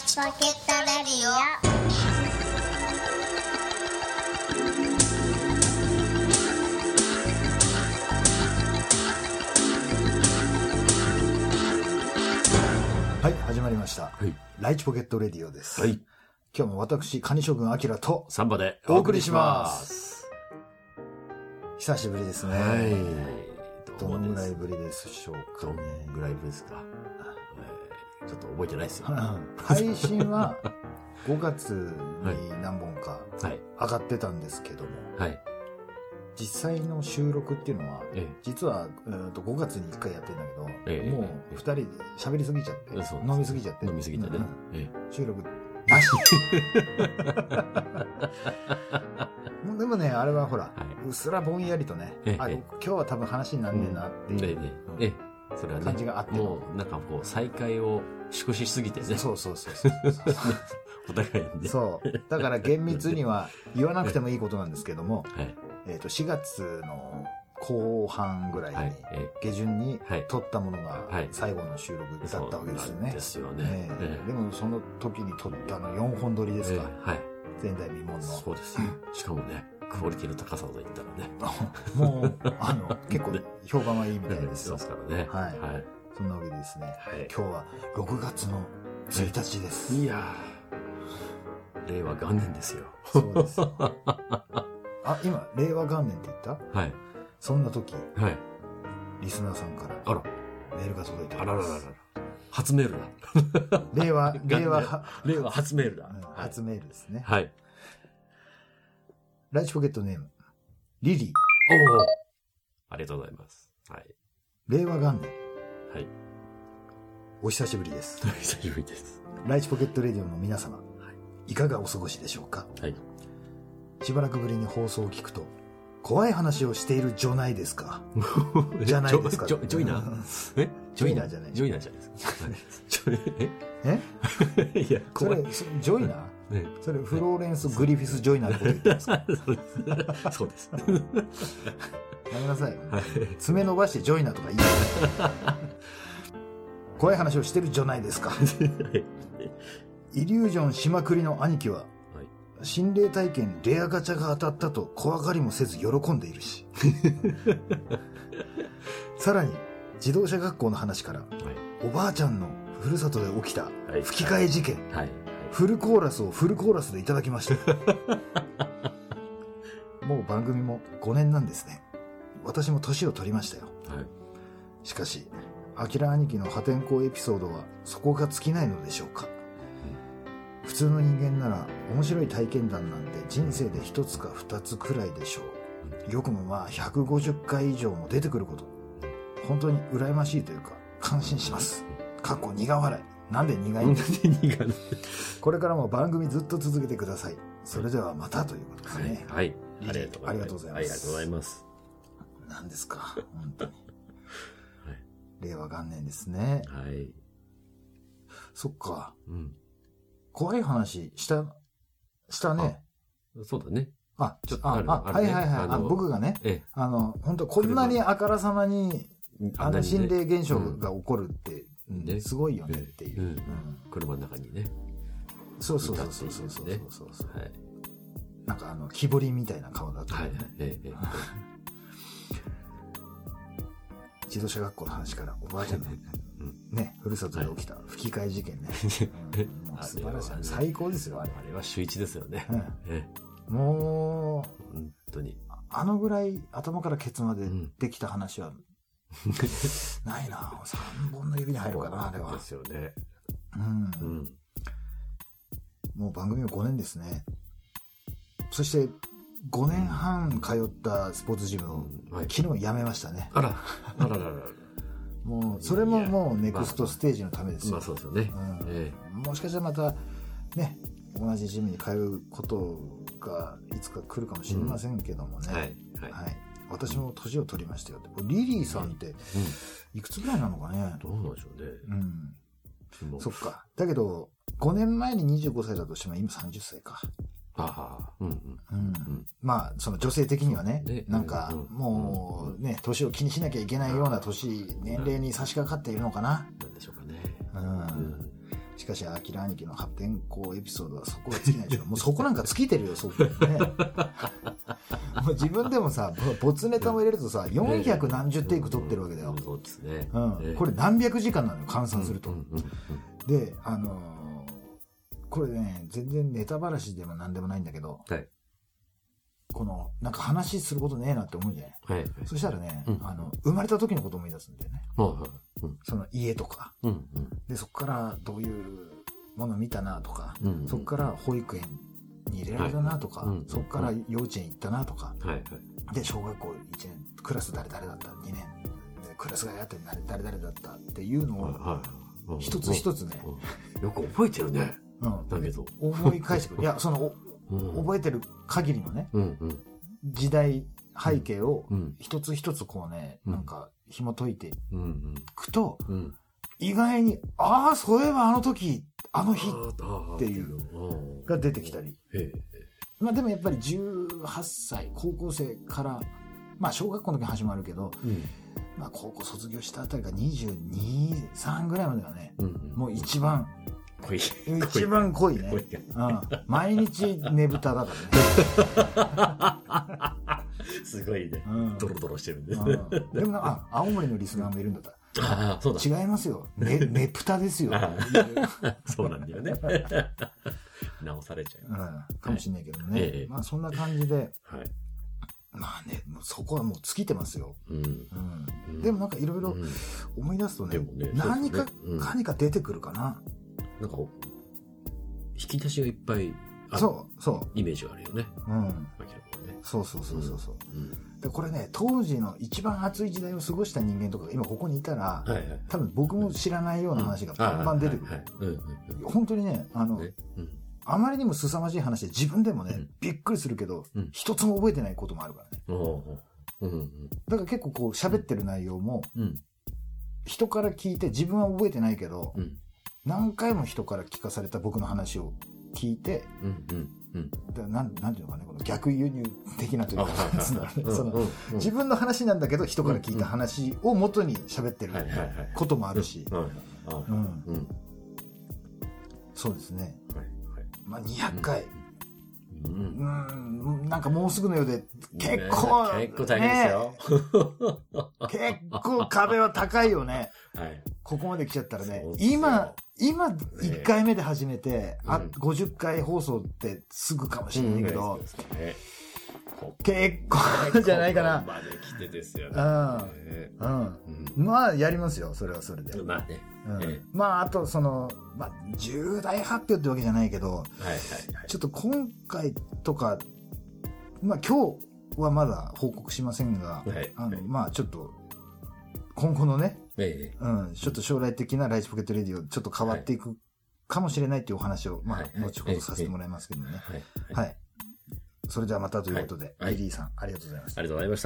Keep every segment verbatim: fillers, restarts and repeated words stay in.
チポケットレディオ。 はい、始まりました、 はい、 ライチポケットレディオです、 はい、 今日も私カニ将軍アキラとサンバでお送りします。久しぶりですね。はい、どのぐらいぶりでしょうかね。 どのぐらいぶりですか、えー、ちょっと覚えてないですよ配信はごがつに何本か上がってたんですけども、 はい、 実際の収録っていうのは、ええ、実は、えー、とごがつにいっかいやってるんだけど、ええ、もうふたりで喋りすぎちゃって、ええ、飲みすぎちゃって飲みすぎちゃって、うんええ、 収録なしでもね、あれはほら、はい、うっすらぼんやりとね、ええ、あ今日は多分話になんねえなっていう、うんねええ、それはね、 感じがあって、 もうなんかこう再会を縮しすぎてね、 そうそうそうそうお互いにね、 そうだから厳密には言わなくてもいいことなんですけども、はい、えー、としがつの後半ぐらいに、はい、下旬に撮ったものが最後の収録だったわけですよね。 ですよね、 えー、でもその時に撮ったのよんほん撮りですか、えーはい、前代未聞の。 そうですよしかもね、クオリティの高さといったらねもうあの結構評判はいいみたいですよ。 そうですからね、 はい、はい、そんなわけでですね、はい、今日はろくがつのついたちです。 いやー、令和元年ですよ。 そうですよあ、今令和元年って言った？ はい。 そんな時、 はい、 リスナーさんからあらメールが届いております。 あららららら、初メールだ。 令和令和令和初メールだ。 うん、初メールですね。 はい。 ライチポケットネームリリー。 おお、ありがとうございます。はい。 令和元年。 はい。 お久しぶりです。 お久しぶりです。 ライチポケットレディオの皆様、はい、いかがお過ごしでしょうか。 はい。 しばらくぶりに放送を聞くと怖い話をしているじゃないですかじゃないですかジョ、ジョイナーえジョイナーじゃないジョイナーじゃないですかええいや、 それ、ジョイナー、ね、それフローレンス・グリフィス・ジョイナーってこと言ってますかそうです。 やめなさいよ、はい、爪伸ばしてジョイナーとか言い怖い話をしてるじゃないですかイリュージョンしまくりの兄貴は心霊体験レアガチャが当たったと怖がりもせず喜んでいるしさらに自動車学校の話から、はい、おばあちゃんのふるさとで起きた吹き替え事件、はいはい、フルコーラスをフルコーラスでいただきましたもう番組もごねんなんですね。私も年を取りましたよ、はい、しかしアキラ兄貴の破天荒エピソードはそこが尽きないのでしょうか。普通の人間なら面白い体験談なんて人生で一つか二つくらいでしょう。よくもまあひゃくごじゅっかい以上も出てくること、本当に羨ましいというか感心します。かっこ苦笑い。なんで苦いんだこれからも番組ずっと続けてください。それではまたということですね。 はい、はい、 ありがとうございます。 はい、ありがとうございます。 何ですか本当に、はい、令和元年ですね。 はい。そっか、 うん、 怖い話した、したね。 そうだね。 あ、ちょっと、あ、あ、あ、ね、はいはいはい。あの僕がね、ええ、あの、本当こんなにあからさまに、あの、心霊現象が起こるって、うん、すごいよねっていう。うんうん、 車の中にね。 そうそうそうそうそうそうそうそう、はい。なんかあの、木彫りみたいな顔だった、ね。はい、ええ、自動車学校の話からおばあちゃんのね、ふるさとで起きた吹き替え事件ね、はい、うん、もう素晴らしい、最高ですよあれ。あれは秀逸ですよね、 うん、もう本当にあのぐらい頭からケツまでできた話は、うん、ないな。さんぼんの指に入るかなあれは。 ですよね、 うん、うん、もう番組はごねんですね。そしてごねんはん通ったスポーツジムを、うん、はい、昨日辞めましたね。 あらあららららもうそれももうネクストステージのためですよ。 まあそうですよね、 うんええ、もしかしたらまたね同じジムに通うことがいつか来るかもしれませんけどもね、うん、はいはいはい、私も年を取りましたよって。リリーさんっていくつぐらいなのかね。 どうなんでしょうね、 うん、そっか。だけどごねんまえににじゅうごさいだとしても今さんじゅっさいか。 ああ、うんうんうん、 まあその女性的には ね, ねなんかもうね年を気にしなきゃいけないような年年齢に差し掛かっているのかな。 なんでしょうかね、 うん、 しかしアキラ兄貴の破天荒エピソードはそこが尽きないでしょ。もうそこなんか尽きてるよ、そこね。もう自分でもさ、没ネタも入れるとさ、よんひゃくなんじゅうテイク撮ってるわけだよ。 そうですね。 うん。これ何百時間なのよ、換算すると。で、あのー、これね、全然ネタ話でも何でもないんだけど、はい、この、なんか話することねえなって思うじゃない、はいはい、そしたらね、うん、あの、生まれた時のことを思い出すんだよね。はいはい、その家とか、うんうん、で、そこからどういうもの見たなとか、うんうん、そこから保育園に入れられたなとか、はい、そこから幼稚園行ったなとか、はいはい、で、小学校いちねん、クラス誰々だった、にねん、でクラスがやって誰々だったっていうのを、一つ一つね、 よく覚えてるね。うん、だけど。 思い返してくる。いや、その、うん、覚えてる限りのね、うんうん、時代背景を一つ一つこうね、うん、なんか紐解いていくと、うんうん、意外に、ああ、そういえばあの時、あの日っていうが出てきたり。まあでもやっぱりじゅうはっさい、高校生から、まあ小学校の時始まるけど、うん、まあ高校卒業したあたりがにじゅうに、さんぐらいまではね、うんうん、もう一番、 濃い一番濃いね。濃いうん、毎日ねぶただからね。すごいね。うん、ドロドロしてるんで。うん、 でもあ、青森のリスナーもいるんだったら。あ、そうだ。違いますよ。ね、ねぷたですよ。 そうなんだよね。直されちゃう。 うん、かもしれないけどね。ええ、まあそんな感じで。はい。まあね、もうそこはもう尽きてますよ。うん。うん、でもなんかいろいろ思い出すとね、ね何か、うん、何か出てくるかな。 なんか、引き出しがいっぱいある。そう、そう。イメージがあるよね。うん。ね、 そうそうそうそうそう、うん。で、これね、当時の一番熱い時代を過ごした人間とかが今ここにいたら、はいはい、多分僕も知らないような話がバンバン出てくる。本当にね、あの、ねうん、あまりにも凄まじい話で自分でもね、うん、びっくりするけど、うん、一つも覚えてないこともあるからね。うんうん、だから結構こう喋ってる内容も、うん、人から聞いて自分は覚えてないけど、うん何回も人から聞かされた僕の話を聞いて、うんうんうん、だなん、なんていうのかね、この逆輸入的なというか、その、自分の話なんだけど人から聞いた話を元に喋ってることもあるし、そうですね。はいはい、まあにひゃっかい、うん、うんなんかもうすぐのようで結構、 ね、結構大変ですよ、 ね、結構壁は高いよね。はい、ここまで来ちゃったらね、今今いっかいめで始めて、ね、あごじゅっかい放送ってすぐかもしれないけど、うんね、結構じゃないかな。 ここまで来てですよね。 うん、うんうん、まあやりますよそれはそれで。まあね。うんええ、まああとそのまあ重大発表ってわけじゃないけど、はいはいはい、ちょっと今回とかまあ今日はまだ報告しませんが、はいはい、あのまあちょっと今後のね。ええうん、ちょっと将来的なライチポケットレディオちょっと変わっていくかもしれないっていうお話を、はい、まあ、後ほどさせてもらいますけどね。はい。はいはい、それではまたということで、はい、リリーさん、ありがとうございました。 ありがとうございました。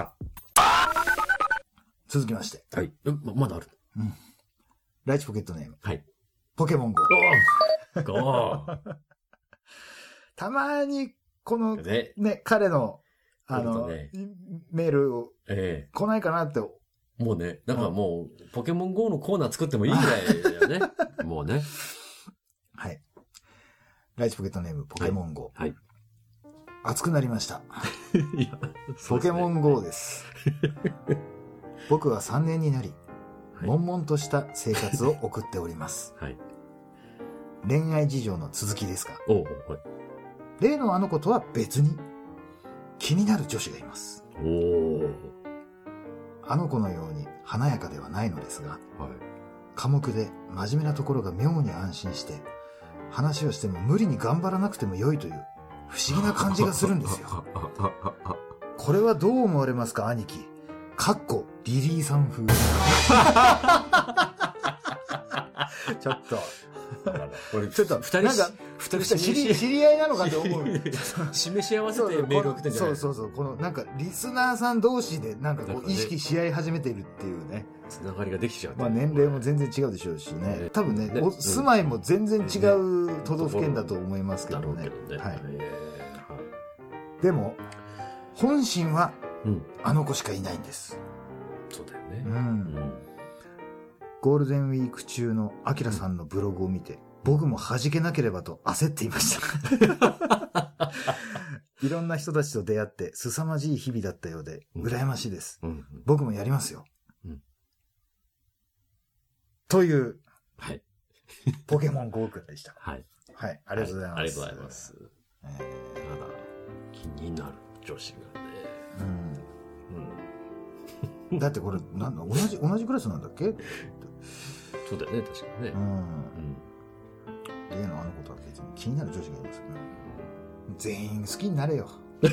続きまして。 はい。ま、まだある、 うん、ライチポケットネーム。はい。ポケモン ゴー。ゴー。たまに、この、ね、ね彼の、あの、ね、メールを、ええ、来ないかなってもうね、なんかもう、ポケモン ゴー のコーナー作ってもいいぐらいだよね。もうね。 はい。ライチポケットネーム、ポケモン ゴー。はい。熱くなりました。いや、ポケモン ゴー です。僕はさんねんになり、はい、悶々とした生活を送っております。はい。恋愛事情の続きですが、おうはい、例のあの子とは別に、気になる女子がいます。おー。あの子のように華やかではないのですが、はい、寡黙で真面目なところが妙に安心して、話をしても無理に頑張らなくても良いという不思議な感じがするんですよ。これはどう思われますか、兄貴。かっこリリーさん風。ちょっと。ちょっと、二人、なんか、二人知り、知り合いなのかと思う。 示し合わせてメール送ってんじゃない？ そうそうそう。この、なんか、リスナーさん同士で、なんかこう、意識し合い始めているっていうね。 つながりができちゃう。 まあ、年齢も全然違うでしょうしね。多分ね、お住まいも全然違う都道府県だと思いますけどね。はい。でも、本心は、あの子しかいないんです。 そうだよね。 うん。ゴールデンウィーク中のアキラさんのブログを見て、 僕も弾けなければと焦っていましたいろんな人たちと出会って凄まじい日々だったようで羨ましいです、うんうんうん、僕もやりますよ、うん、という、はい、ポケモン ゴー くんでした。はい、はい、ありがとうございます、はい、ありがとうございます、えー、ただ気になる女子がね、 うんうん、だってこれなんだ同じ同じクラスなんだっけそうだよね、確かにね、うん、うん、 例のあの子とは別に気になる女子がいますけど、全員好きになれよ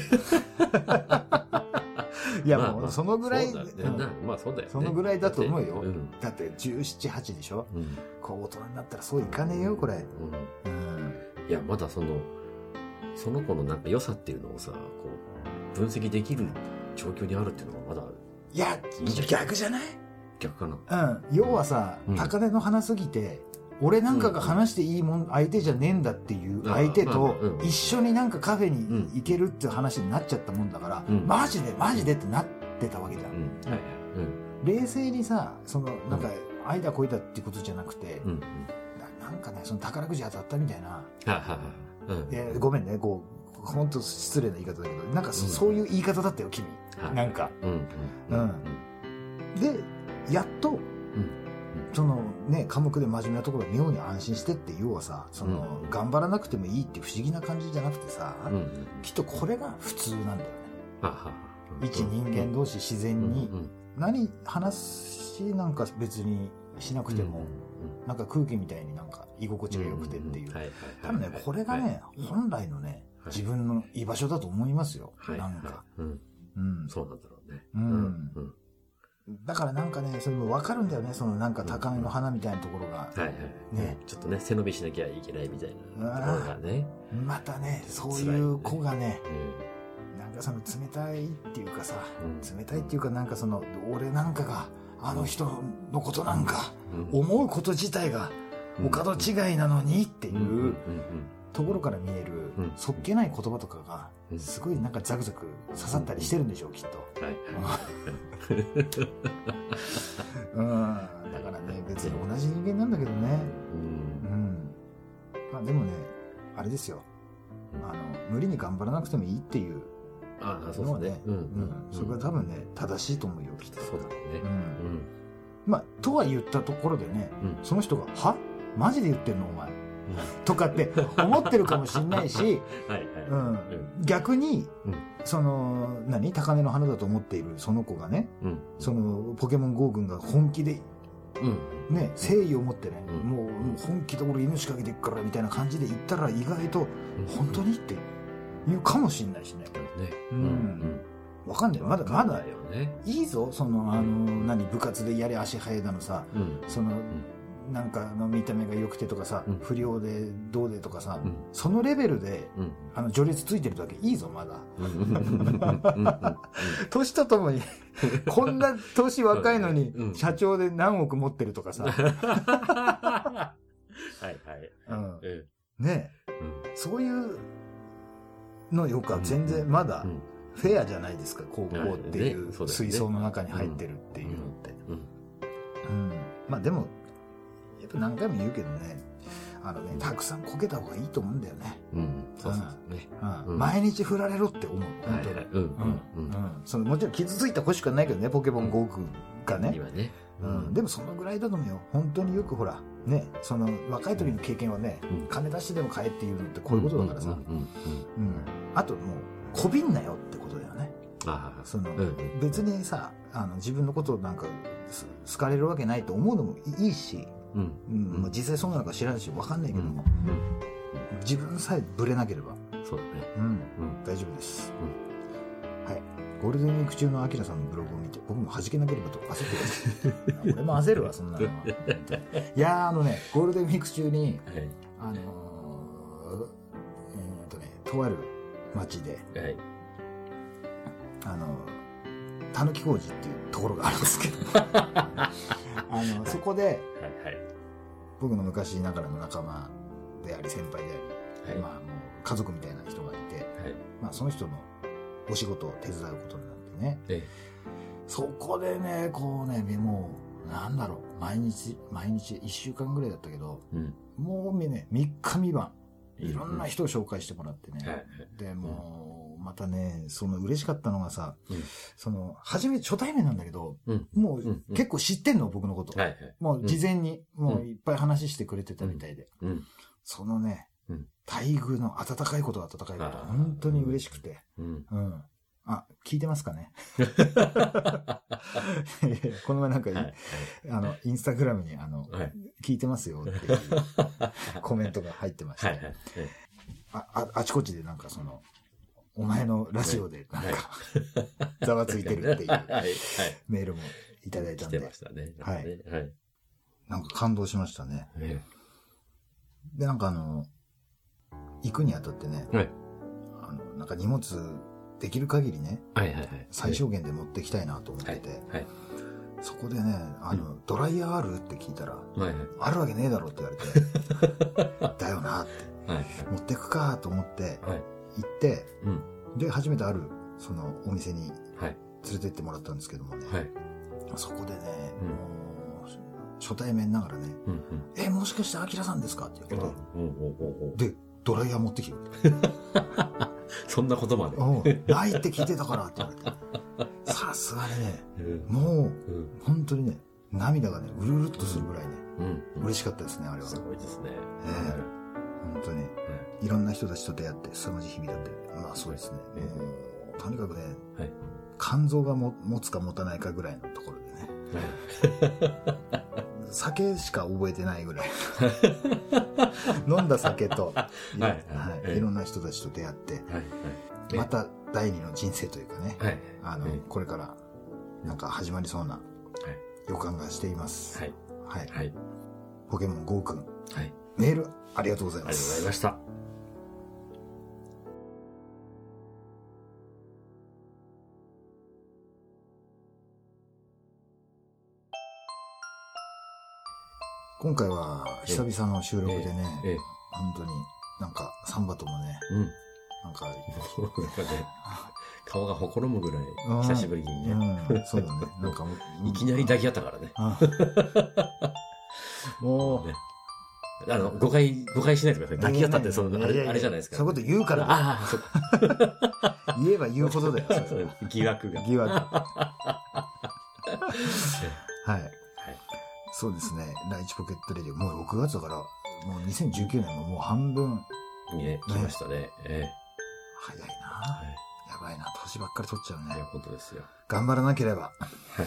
いやもうそのぐらい、まあそうだよね、そのぐらいだと思うよ、うん、だってじゅうなな、はちでしょ、うん、こう大人になったらそういかねえよこれ、うんうん、いやまだそのその子のなんか良さっていうのをさこう分析できる状況にあるっていうのはまだいやいいじゃ逆じゃない？ 逆かな、 うん、要はさ、うん、高値の花すぎて俺なんかが話していいもん相手じゃねえんだっていう相手と一緒になんかカフェに行けるっていう話になっちゃったもんだから、うん、マジでマジでってなってたわけじゃん、うんはいうん、冷静にさそのなんか愛だ恋だってことじゃなくて、うん、な, なんかねその宝くじ当たったみたいな、うん、いやごめんねこう本当失礼な言い方だけどなんか そ,、うん、そういう言い方だったよ君、はい、なんか、うんうんうん、でやっと、うんそのね、科目で真面目なところで妙に安心してって要はさその、うん、頑張らなくてもいいって不思議な感じじゃなくてさ、うん、きっとこれが普通なんだよね、うん、一人間同士自然に、うん、何話なんか別にしなくても、うん、なんか空気みたいになんか居心地が良くてっていう多分ねこれがね、はい、本来のね、はい、自分の居場所だと思いますよ、はい、なんか、はいうんうん、そうなんだろうね、 うんうんうんだからなんかねそれも分かるんだよねそのなんか高嶺の花みたいなところが、 うんはいはいね、ちょっとね背伸びしなきゃいけないみたいなところがねまたねそういう子がね、ねうん、なんかその冷たいっていうかさ、うん、冷たいっていうかなんかその俺なんかがあの人のことなんか思うこと自体がお門違いなのにっていうところから見えるそっけない言葉とかがすごいなんかザクザク刺さったりしてるんでしょうきっと、はいうん、だからね別に同じ人間なんだけどね、うんうん、まあでもねあれですよあの無理に頑張らなくてもいいっていうのはねそれが多分ね正しいと思うよきっとそうだね、うんうん、まあとは言ったところでね、うん、その人がはマジで言ってんのお前とかって思ってるかもしれないしはい、はいうん、逆に、うん、その何高嶺の花だと思っているその子がね、うん、そのポケモン ゴー 君が本気で、うんね、誠意を持ってね、うん、もう本気で俺命かけていくからみたいな感じで言ったら意外と本当にって言うかもしれないしね、うんうんうんわかんないまだまだいいぞそのあの何部活でやれ足早いだのさ、うん、その、うんなんかの見た目が良くてとかさ、うん、不良でどうでとかさ、うん、そのレベルで、うん、あの序列ついてるだけいいぞまだ年とともにこんな年若いのに社長で何億持ってるとかさはいはい、うんええ、ねえ、うん、そういうのよくは全然まだフェアじゃないですか高校っていう水槽の中に入ってるっていうのって、うんうんうん、まあでも何回も言うけどねあのねたくさんこけた方がいいと思うんだよね、うん、そうそうね、うんうん、毎日振られろって思う本当に、はいはいうんうんうん、そのもちろん傷ついた子しかないけどねポケモン ゴー 君がね、うんねうん、でもそのぐらいだと思うよ本当によくほらねその若い時の経験はね、うん、金出してでも買えっていうのってこういうことだからさあともうこびんなよってことだよねあその、うん、別にさあの自分のことなんか好かれるわけないと思うのもいいしうんうんまあ、実際そうなのか知らないし分かんないけども、うんうん、自分さえブレなければそうだね、うんうん、大丈夫です、うん、はいゴールデンウィーク中のアキラさんのブログを見て僕も弾けなければと焦ってください俺も焦るわそんなのはいやあのねゴールデンウィーク中に、はい、あのー、えー、っとねとある町で、はい、あのたぬき工事っていうところがあるんですけどあのそこで、はいはい、僕の昔ながらの仲間であり先輩であり、はいまあ、もう家族みたいな人がいて、はいまあ、その人のお仕事を手伝うことになってね、ええ、そこでねこうねもうなんだろう、毎日、毎日いっしゅうかんぐらいだったけど、 うん、 もうね、みっかみばん、いろんな人を紹介してもらってね。 うんはい、 で、もう、またね、その嬉しかったのがさ、 うん、 その、初め、初対面なんだけど、 うん、 もう結構知ってんの、僕のこと。 はいはい、 もう事前に、もういっぱい話してくれてたみたいで。 うん、そのね、うん、待遇の温かいこと、温かいこと、本当に嬉しくて。うん。うんあ、聞いてますかねこの前なんか、はい、あの、インスタグラムに、あの、はい、聞いてますよっていうコメントが入ってました、ねはいはい、ああ。あちこちでなんかその、お前のラジオでなんか、ざわついてるっていうメールもいただいたんで。来てましたね。はい。はい、なんか感動しましたね。で、なんかあの、行くにあたってね、はい、あの、なんか荷物、できる限りね、はいはいはい、最小限で持ってきたいなと思ってて、はいはい、そこでね、あの、うん、ドライヤーあるって聞いたら、はいはい、あるわけねえだろって言われて、だよなって、はい、持ってくかと思って行って、はい、で、初めてある、そのお店に連れてってもらったんですけどもね、はい、そこでね、うん、もう、初対面ながらね、うんうん、え、もしかしてアキラさんですかって言われて、うん、で、ドライヤー持ってきる。 そんなことまで。 ないって聞いてたからって言われて。さすがにね、うん、もう、うん、本当にね、涙がね、うるうるっとするぐらいね、うん、嬉しかったですね、あれは。すごいですね。 えー、本当に、いろんな人たちと出会って、凄まじい日々だって。まあそうですね。もうとにかくね、はい、肝臓がも持つか持たないかぐらいのところでね。はい酒しか覚えてないぐらい飲んだ酒と、はいはいはい、いろんな人たちと出会って、はいはい、また第二の人生というかね、はい、あの、はい、これからなんか始まりそうな予感がしています。はいはいはい、ポケモン ゴー くん、はい、メールありがとうございます。 ありがとうございました。 今回は久々の収録でね、ええええ、本当になんかサンバともね、うん、なんか顔がほころむぐらい久しぶりにね、 うん、そうだね、なんかいきなり抱き合ったからね。もう、ね、あの誤解誤解しないでください。抱き合ったってそのあれあれじゃないですか。 そういうこと言うから。ああ、そう言えば言うほどだよ。 疑惑が。 疑惑。はい。そうですね。ライチポケットレディオ。もうろくがつだから、もうにせんじゅうきゅうねんももう半分。 ね、来ましたね。ええ、 早いな、はい、やばいな。年ばっかり取っちゃうね。 いや、本当ですよ。 頑張らなければ。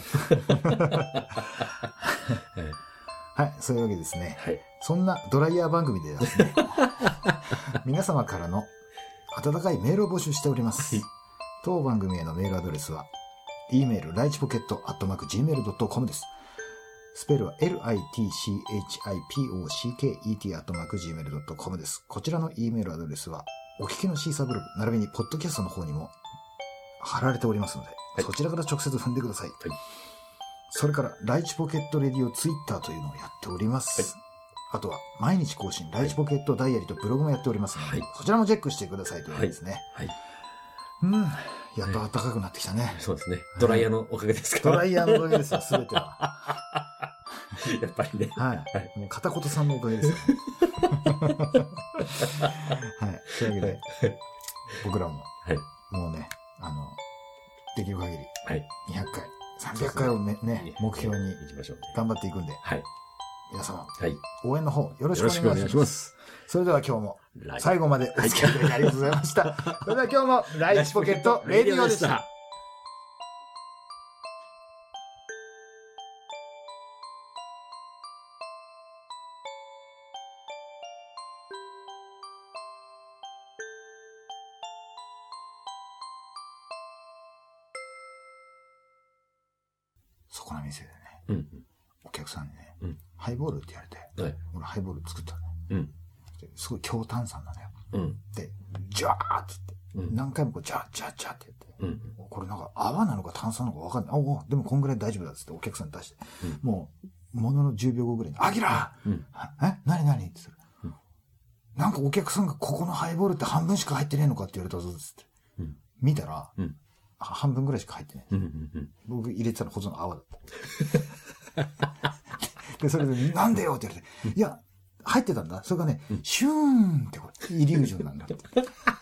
はい、そういうわけですね。はい、そんなドライヤー番組でですね、皆様からの温かいメールを募集しております。はい、当番組へのメールアドレスは、e メールライチポケットアットマーク ジーメールドットコム です。スペルは エルアイティーシーエイチアイピーオーシーケーイーティー アットマーク ジーメールドットコム です。こちらの E メールアドレスは、お聞きのシーサーブログ、並びにポッドキャストの方にも貼られておりますので、はい、そちらから直接踏んでください。はい、それから、ライチポケットレディオツイッターというのをやっております。はい、あとは、毎日更新、ライチポケットダイアリーとブログもやっておりますので、はい、そちらもチェックしてくださいというわけですね。はいはい、うん、やっと暖かくなってきたね。はい、 そうですね。ドライヤーのおかげですか。 ドライヤーのおかげですよ、すべては。 やっぱりね。 はい。はい、もう片言さんのおかげですよ、ね。はい。というわけで、僕らも、はい、もうね、あの、できる限り、はい、にひゃっかい、さんびゃっかいをね、ね目標に頑張っていくんで、はい、皆様、はい、応援の方よろしくお願いします。しますそれでは今日も最後までお付き合いいただきありがとうございました。それでは今日もライチポケットレディオでした。そこの店でね、うん、お客さんにね、うん、ハイボールって言われて、はい、俺ハイボール作ったのね、うん、すごい強炭酸なのよ、うん、でジャーって言って、うん、何回もこうジャージャージャーって言って、うん、これなんか泡なのか炭酸なのか分かんない、おおでもこんぐらい大丈夫だっつってお客さんに出して、うん、もうもののじゅうびょうごぐらいにアキラー、うん、え何何って言ったら、うん、なんかお客さんがここのハイボールって半分しか入ってねえのかって言われたぞっつって、うん、見たら、うん、半分ぐらいしか入ってない、うんうんうん、僕入れてたらほとんど泡だった。 で、それで、なんでよって言われて、いや、入ってたんだ。それがね、シューンってこれ、イリュージョンなんだって。